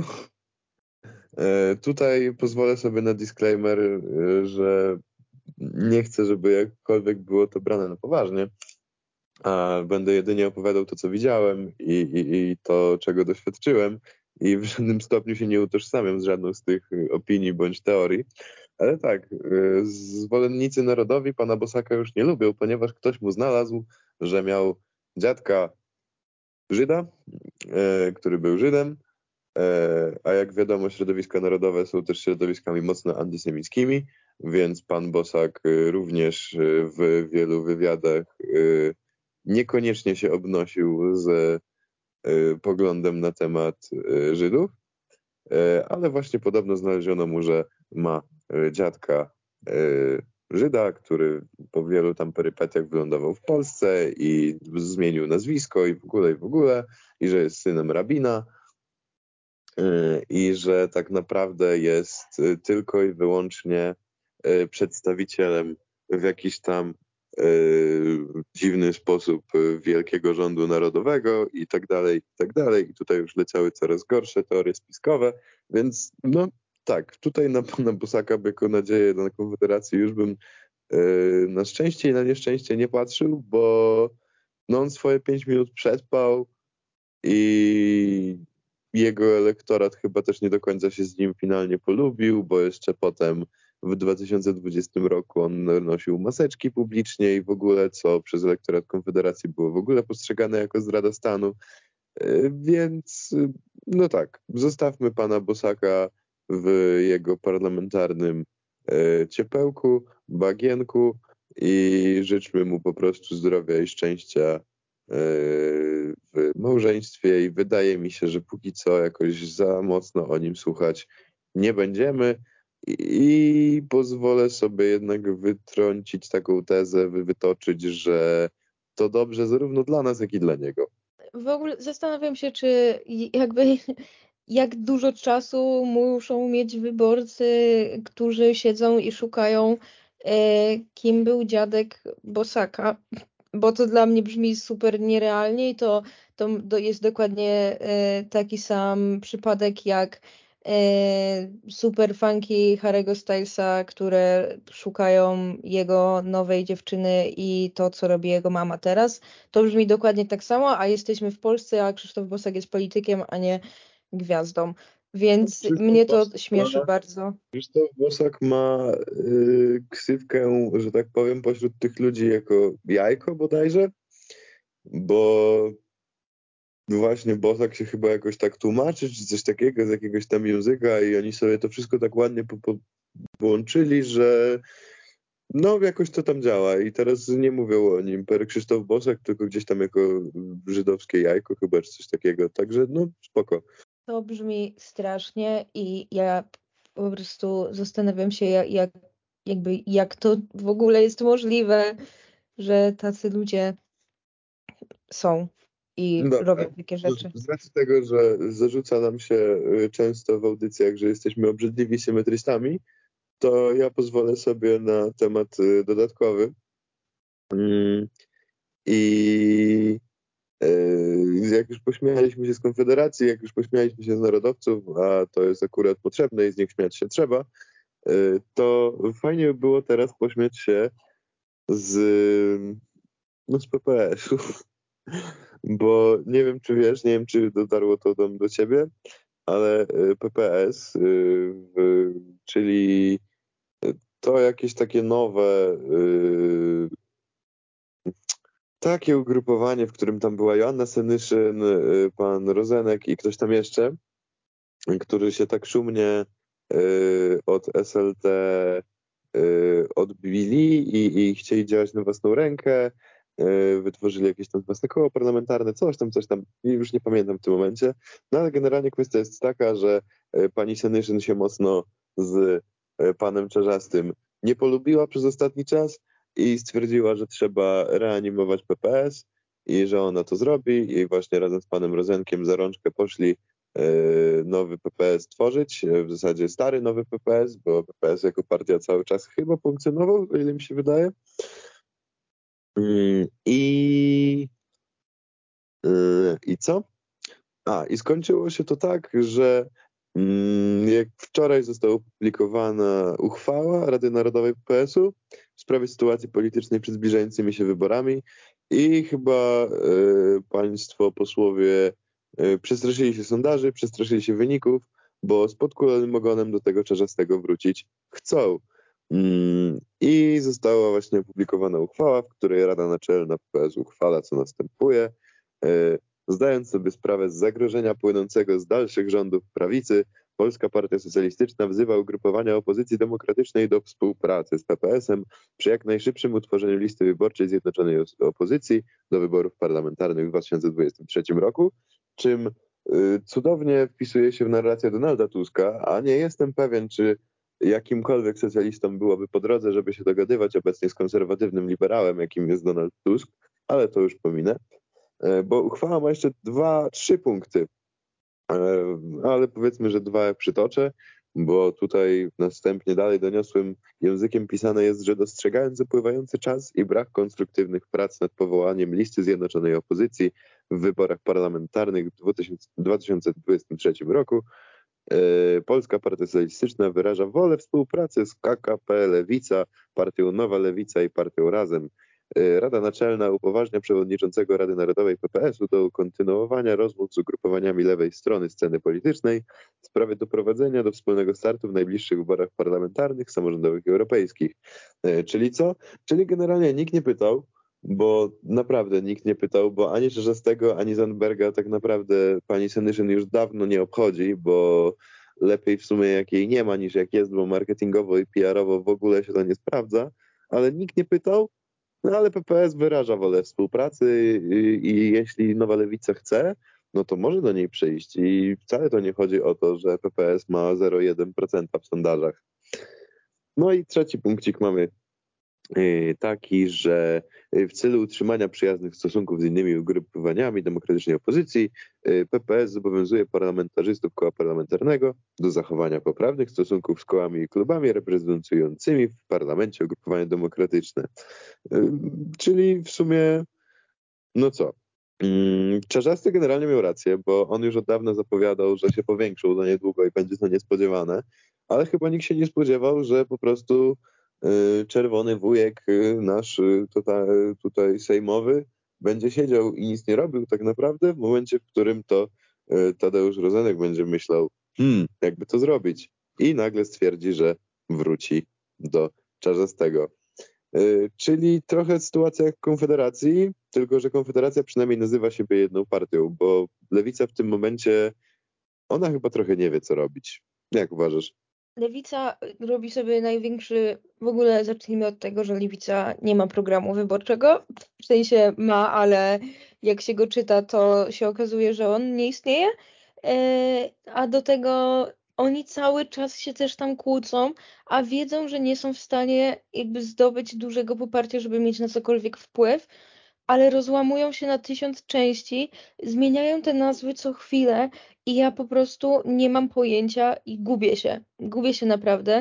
e, tutaj pozwolę sobie na disclaimer, e, że nie chcę, żeby jakkolwiek było to brane na poważnie, a będę jedynie opowiadał to, co widziałem i, i, i to, czego doświadczyłem i w żadnym stopniu się nie utożsamiam z żadną z tych opinii bądź teorii. Ale tak, y, zwolennicy narodowi pana Bosaka już nie lubią, ponieważ ktoś mu znalazł, że miał dziadka Żyda, e, który był Żydem, e, a jak wiadomo, środowiska narodowe są też środowiskami mocno antysemickimi, więc pan Bosak y, również y, w wielu wywiadach y, niekoniecznie się obnosił z y, poglądem na temat y, Żydów, e, ale właśnie podobno znaleziono mu, że ma y, dziadka y, Żyda, który po wielu tam perypetiach wylądował w Polsce i zmienił nazwisko i w ogóle, i w ogóle, i że jest synem rabina y, i że tak naprawdę jest y, tylko i wyłącznie y, przedstawicielem w jakiś tam y, dziwny sposób y, wielkiego rządu narodowego i tak dalej, i tak dalej. I tutaj już leciały coraz gorsze teorie spiskowe, więc no tak, tutaj na pana Bosaka jako nadzieję na Konfederację już bym y, na szczęście i na nieszczęście nie patrzył, bo no on swoje pięć minut przespał i jego elektorat chyba też nie do końca się z nim finalnie polubił, bo jeszcze potem w dwa tysiące dwudziestym roku on nosił maseczki publicznie i w ogóle, co przez elektorat Konfederacji było w ogóle postrzegane jako zdrada stanu. E, Więc no tak, zostawmy pana Bosaka w jego parlamentarnym e, ciepełku, bagienku i życzmy mu po prostu zdrowia i szczęścia e, w małżeństwie i wydaje mi się, że póki co jakoś za mocno o nim słuchać nie będziemy i, i pozwolę sobie jednak wytrącić taką tezę, wy- wytoczyć, że to dobrze zarówno dla nas, jak i dla niego. W ogóle zastanawiam się, czy jakby jak dużo czasu muszą mieć wyborcy, którzy siedzą i szukają, e, kim był dziadek Bosaka, bo to dla mnie brzmi super nierealnie i to, to do- jest dokładnie e, taki sam przypadek jak e, super funky Harry'ego Stylesa, które szukają jego nowej dziewczyny i to, co robi jego mama teraz. To brzmi dokładnie tak samo, a jesteśmy w Polsce, a Krzysztof Bosak jest politykiem, a nie gwiazdą. Więc Krzysztof mnie to Bosak śmieszy ma, bardzo. Krzysztof Bosak ma y, ksywkę, że tak powiem, pośród tych ludzi jako jajko bodajże, bo właśnie Bosak się chyba jakoś tak tłumaczy, czy coś takiego z jakiegoś tam języka i oni sobie to wszystko tak ładnie po, po, połączyli, że no jakoś to tam działa i teraz nie mówią o nim per Krzysztof Bosak, tylko gdzieś tam jako żydowskie jajko chyba, czy coś takiego, także no spoko. To brzmi strasznie i ja po prostu zastanawiam się, jak, jak, jakby, jak to w ogóle jest możliwe, że tacy ludzie są i Dobra. robią takie Z rzeczy. z racji tego, że zarzuca nam się y, często w audycjach, że jesteśmy obrzydliwi symetrystami, to ja pozwolę sobie na temat y, dodatkowy. Mm, I y, jak już pośmialiśmy się z Konfederacji, jak już pośmialiśmy się z narodowców, a to jest akurat potrzebne i z nich śmiać się trzeba, y, to fajnie by było teraz pośmiać się z, no, z P P S-u. Bo nie wiem, czy wiesz, nie wiem, czy dotarło to do, do ciebie, ale y, P P S, y, w, czyli to jakieś takie nowe, y, takie ugrupowanie, w którym tam była Joanna Senyszyn, y, pan Rozenek i ktoś tam jeszcze, którzy się tak szumnie y, od S L T y, odbili i, i chcieli działać na własną rękę, y, wytworzyli jakieś tam własne koło parlamentarne, coś tam, coś tam, i już nie pamiętam w tym momencie. No ale generalnie kwestia jest taka, że y, pani Senyszyn się mocno z y, panem Czarzastym nie polubiła przez ostatni czas i stwierdziła, że trzeba reanimować P P S i że ona to zrobi i właśnie razem z panem Rozenkiem za rączkę poszli e, nowy P P S tworzyć, e, w zasadzie stary nowy P P S, bo P P S jako partia cały czas chyba funkcjonował, o ile mi się wydaje. Mm, I, e, i co? A, i skończyło się to tak, że mm, jak wczoraj została opublikowana uchwała Rady Narodowej P P S-u w sprawie sytuacji politycznej przed zbliżającymi się wyborami i chyba e, państwo posłowie e, przestraszyli się sondaży, przestraszyli się wyników, bo z podkulonym ogonem do tego Czarzastego wrócić chcą. Mm, I została właśnie opublikowana uchwała, w której Rada Naczelna P P S uchwala, co następuje. E, Zdając sobie sprawę z zagrożenia płynącego z dalszych rządów prawicy, Polska Partia Socjalistyczna wzywa ugrupowania opozycji demokratycznej do współpracy z P P S-em przy jak najszybszym utworzeniu listy wyborczej Zjednoczonej Opozycji do wyborów parlamentarnych w dwa tysiące dwudziestym trzecim roku, czym y, cudownie wpisuje się w narrację Donalda Tuska, a nie jestem pewien, czy jakimkolwiek socjalistom byłoby po drodze, żeby się dogadywać obecnie z konserwatywnym liberałem, jakim jest Donald Tusk, ale to już pominę. E, Bo uchwała ma jeszcze dwa, trzy punkty, E, ale powiedzmy, że dwa jak przytoczę, bo tutaj następnie dalej doniosłym językiem pisane jest, że dostrzegając upływający czas i brak konstruktywnych prac nad powołaniem listy Zjednoczonej Opozycji w wyborach parlamentarnych w dwa tysiące dwudziestym trzecim roku, e, Polska Partia Socjalistyczna wyraża wolę współpracy z K K P Lewica, partią Nowa Lewica i partią Razem. E, Rada Naczelna upoważnia przewodniczącego Rady Narodowej P P S-u do kontynuowania rozmów z ugrupowaniami lewej strony sceny politycznej w sprawie doprowadzenia do wspólnego startu w najbliższych wyborach parlamentarnych, samorządowych i europejskich. E, Czyli co? Czyli generalnie nikt nie pytał, bo naprawdę nikt nie pytał, bo ani Czarzastego, ani Zandberga tak naprawdę pani Senyszyn już dawno nie obchodzi, bo lepiej w sumie jak jej nie ma niż jak jest, bo marketingowo i P R-owo w ogóle się to nie sprawdza, ale nikt nie pytał. No ale P P S wyraża wolę współpracy i, i jeśli Nowa Lewica chce, no to może do niej przyjść. I wcale to nie chodzi o to, że P P S ma zero przecinek jeden procent w sondażach. No i trzeci punkcik mamy y, taki, że y, w celu utrzymania przyjaznych stosunków z innymi ugrupowaniami demokratycznej opozycji y, P P S zobowiązuje parlamentarzystów koła parlamentarnego do zachowania poprawnych stosunków z kołami i klubami reprezentującymi w parlamencie ugrupowania demokratyczne. Y, Czyli w sumie, no co? Mm, Czarzasty generalnie miał rację, bo on już od dawna zapowiadał, że się powiększą za niedługo i będzie to niespodziewane, ale chyba nikt się nie spodziewał, że po prostu y, czerwony wujek y, nasz y, tutaj, tutaj sejmowy będzie siedział i nic nie robił tak naprawdę w momencie, w którym to y, Tadeusz Rozenek będzie myślał, hmm, jakby to zrobić. I nagle stwierdzi, że wróci do Czarzastego. Y, Czyli trochę sytuacja jak Konfederacji, tylko że Konfederacja przynajmniej nazywa siebie jedną partią, bo Lewica w tym momencie, ona chyba trochę nie wie, co robić. Jak uważasz? Lewica robi sobie największy, w ogóle zacznijmy od tego, że Lewica nie ma programu wyborczego, w sensie ma, ale jak się go czyta, to się okazuje, że on nie istnieje, E, a do tego oni cały czas się też tam kłócą, a wiedzą, że nie są w stanie jakby zdobyć dużego poparcia, żeby mieć na cokolwiek wpływ, ale rozłamują się na tysiąc części, zmieniają te nazwy co chwilę i ja po prostu nie mam pojęcia i gubię się. Gubię się naprawdę,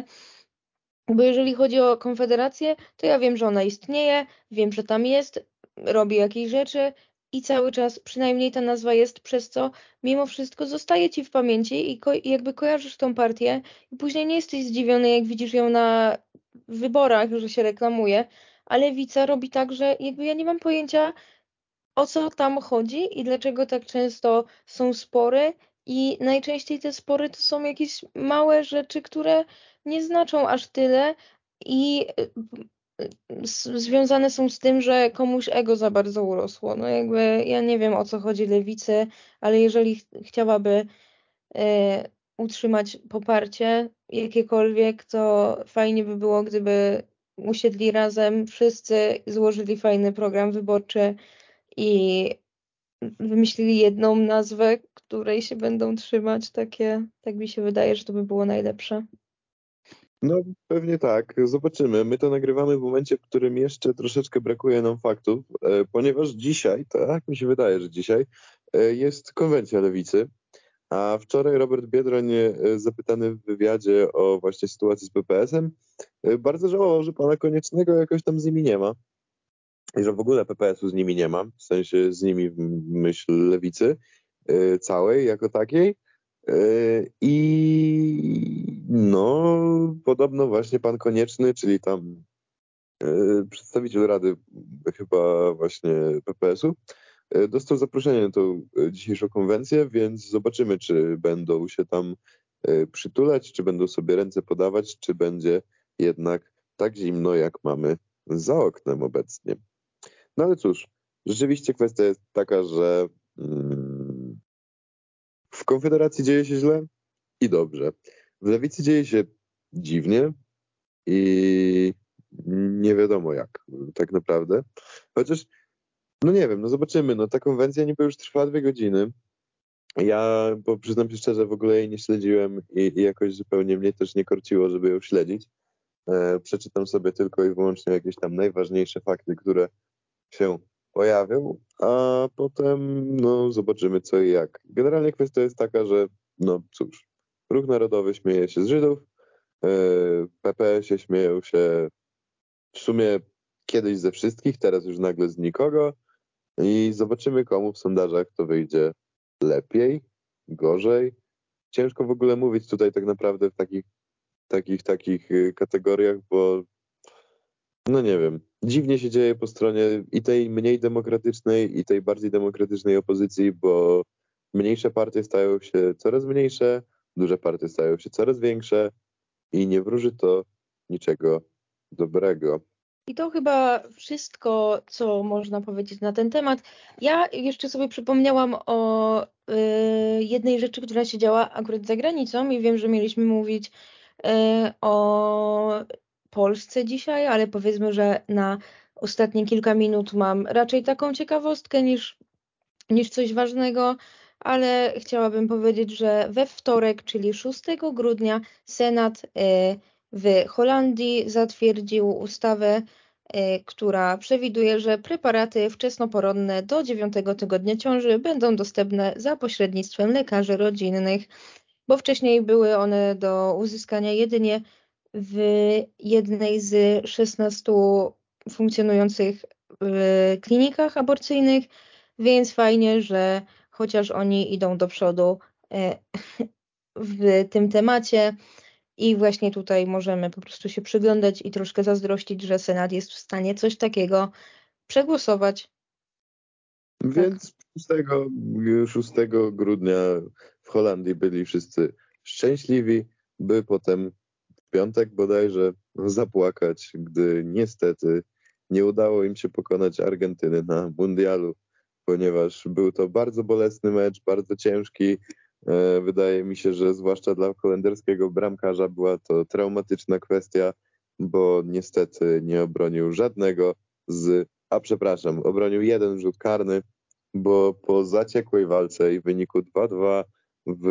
bo jeżeli chodzi o Konfederację, to ja wiem, że ona istnieje, wiem, że tam jest, robi jakieś rzeczy i cały czas przynajmniej ta nazwa jest, przez co mimo wszystko zostaje ci w pamięci i, ko- i jakby kojarzysz tą partię i później nie jesteś zdziwiony, jak widzisz ją na wyborach, że się reklamuje, ale Lewica robi tak, że jakby ja nie mam pojęcia, o co tam chodzi i dlaczego tak często są spory. I najczęściej te spory to są jakieś małe rzeczy, które nie znaczą aż tyle i z- związane są z tym, że komuś ego za bardzo urosło. No jakby ja nie wiem, o co chodzi lewicy, ale jeżeli ch chciałaby e, utrzymać poparcie jakiekolwiek, to fajnie by było, gdyby usiedli razem, wszyscy złożyli fajny program wyborczy i wymyślili jedną nazwę, której się będą trzymać. Takie, tak mi się wydaje, że to by było najlepsze. No pewnie tak, zobaczymy. My to nagrywamy w momencie, w którym jeszcze troszeczkę brakuje nam faktów, e, ponieważ dzisiaj, tak mi się wydaje, że dzisiaj e, jest konwencja lewicy, a wczoraj Robert Biedroń, e, zapytany w wywiadzie o właśnie sytuacji z P P S-em, e, bardzo żałował, że pana Koniecznego jakoś tam z nimi nie ma i że w ogóle P P S-u z nimi nie ma, w sensie z nimi w myśl lewicy e, całej jako takiej. E, I no, podobno właśnie pan Konieczny, czyli tam e, przedstawiciel Rady chyba właśnie P P S-u, e, dostał zaproszenie na tą e, dzisiejszą konwencję, więc zobaczymy, czy będą się tam e, przytulać, czy będą sobie ręce podawać, czy będzie jednak tak zimno, jak mamy za oknem obecnie. No ale cóż, rzeczywiście kwestia jest taka, że mm, w Konfederacji dzieje się źle i dobrze. W Lewicy dzieje się dziwnie i nie wiadomo jak tak naprawdę. Chociaż, no nie wiem, no zobaczymy. No ta konwencja niby już trwa dwie godziny. Ja, bo przyznam się szczerze, w ogóle jej nie śledziłem i, i jakoś zupełnie mnie też nie korciło, żeby ją śledzić. E, przeczytam sobie tylko i wyłącznie jakieś tam najważniejsze fakty, które się pojawią, a potem no zobaczymy co i jak. Generalnie kwestia jest taka, że no cóż, Ruch Narodowy śmieje się z Żydów, e, P P się śmieją się w sumie kiedyś ze wszystkich, teraz już nagle z nikogo i zobaczymy komu w sondażach to wyjdzie lepiej, gorzej. Ciężko w ogóle mówić tutaj tak naprawdę w takich, takich, takich y, kategoriach, bo no nie wiem, dziwnie się dzieje po stronie i tej mniej demokratycznej, i tej bardziej demokratycznej opozycji, bo mniejsze partie stają się coraz mniejsze, duże partie stają się coraz większe i nie wróży to niczego dobrego. I to chyba wszystko, co można powiedzieć na ten temat. Ja jeszcze sobie przypomniałam o y, jednej rzeczy, która się działa akurat za granicą i wiem, że mieliśmy mówić y, o Polsce dzisiaj, ale powiedzmy, że na ostatnie kilka minut mam raczej taką ciekawostkę niż niż coś ważnego, ale chciałabym powiedzieć, że we wtorek, czyli szóstego grudnia, Senat y, w Holandii zatwierdził ustawę, y, która przewiduje, że preparaty wczesnoporonne do dziewiątego tygodnia ciąży będą dostępne za pośrednictwem lekarzy rodzinnych, bo wcześniej były one do uzyskania jedynie w jednej z szesnastu funkcjonujących y, klinikach aborcyjnych, więc fajnie, że chociaż oni idą do przodu e, w tym temacie i właśnie tutaj możemy po prostu się przyglądać i troszkę zazdrościć, że Senat jest w stanie coś takiego przegłosować. Tak. Więc szóstego, szóstego grudnia w Holandii byli wszyscy szczęśliwi, by potem w piątek bodajże zapłakać, gdy niestety nie udało im się pokonać Argentyny na mundialu, ponieważ był to bardzo bolesny mecz, bardzo ciężki. E, Wydaje mi się, że zwłaszcza dla holenderskiego bramkarza była to traumatyczna kwestia, bo niestety nie obronił żadnego z, a przepraszam, obronił jeden rzut karny, bo po zaciekłej walce i wyniku dwa dwa w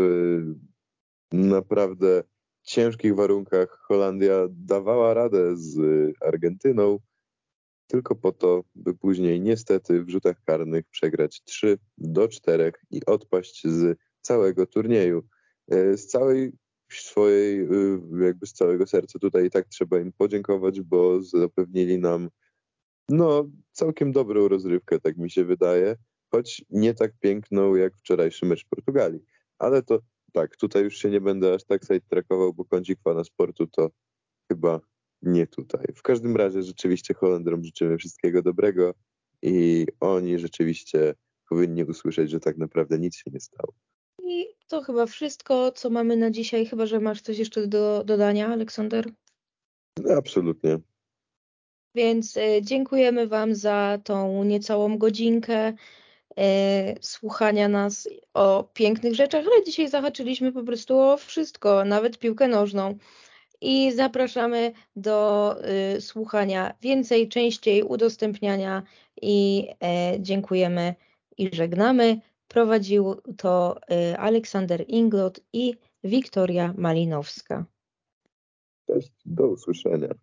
naprawdę ciężkich warunkach Holandia dawała radę z Argentyną, tylko po to, by później niestety w rzutach karnych przegrać trzy do czterech i odpaść z całego turnieju. E, Z całej swojej, y, jakby z całego serca tutaj i tak trzeba im podziękować, bo zapewnili nam no całkiem dobrą rozrywkę, tak mi się wydaje, choć nie tak piękną jak wczorajszy mecz Portugalii. Ale to tak, tutaj już się nie będę aż tak sidetrackował, bo kącik pana sportu to chyba nie tutaj. W każdym razie rzeczywiście Holendrom życzymy wszystkiego dobrego i oni rzeczywiście powinni usłyszeć, że tak naprawdę nic się nie stało. I to chyba wszystko, co mamy na dzisiaj, chyba że masz coś jeszcze do dodania, Aleksander? No, absolutnie. Więc e, dziękujemy Wam za tą niecałą godzinkę e, słuchania nas o pięknych rzeczach, ale dzisiaj zahaczyliśmy po prostu o wszystko, nawet piłkę nożną. I zapraszamy do y, słuchania więcej, częściej, udostępniania i e, dziękujemy i żegnamy. Prowadził to y, Aleksander Inglot i Wiktoria Malinowska. Cześć, do usłyszenia.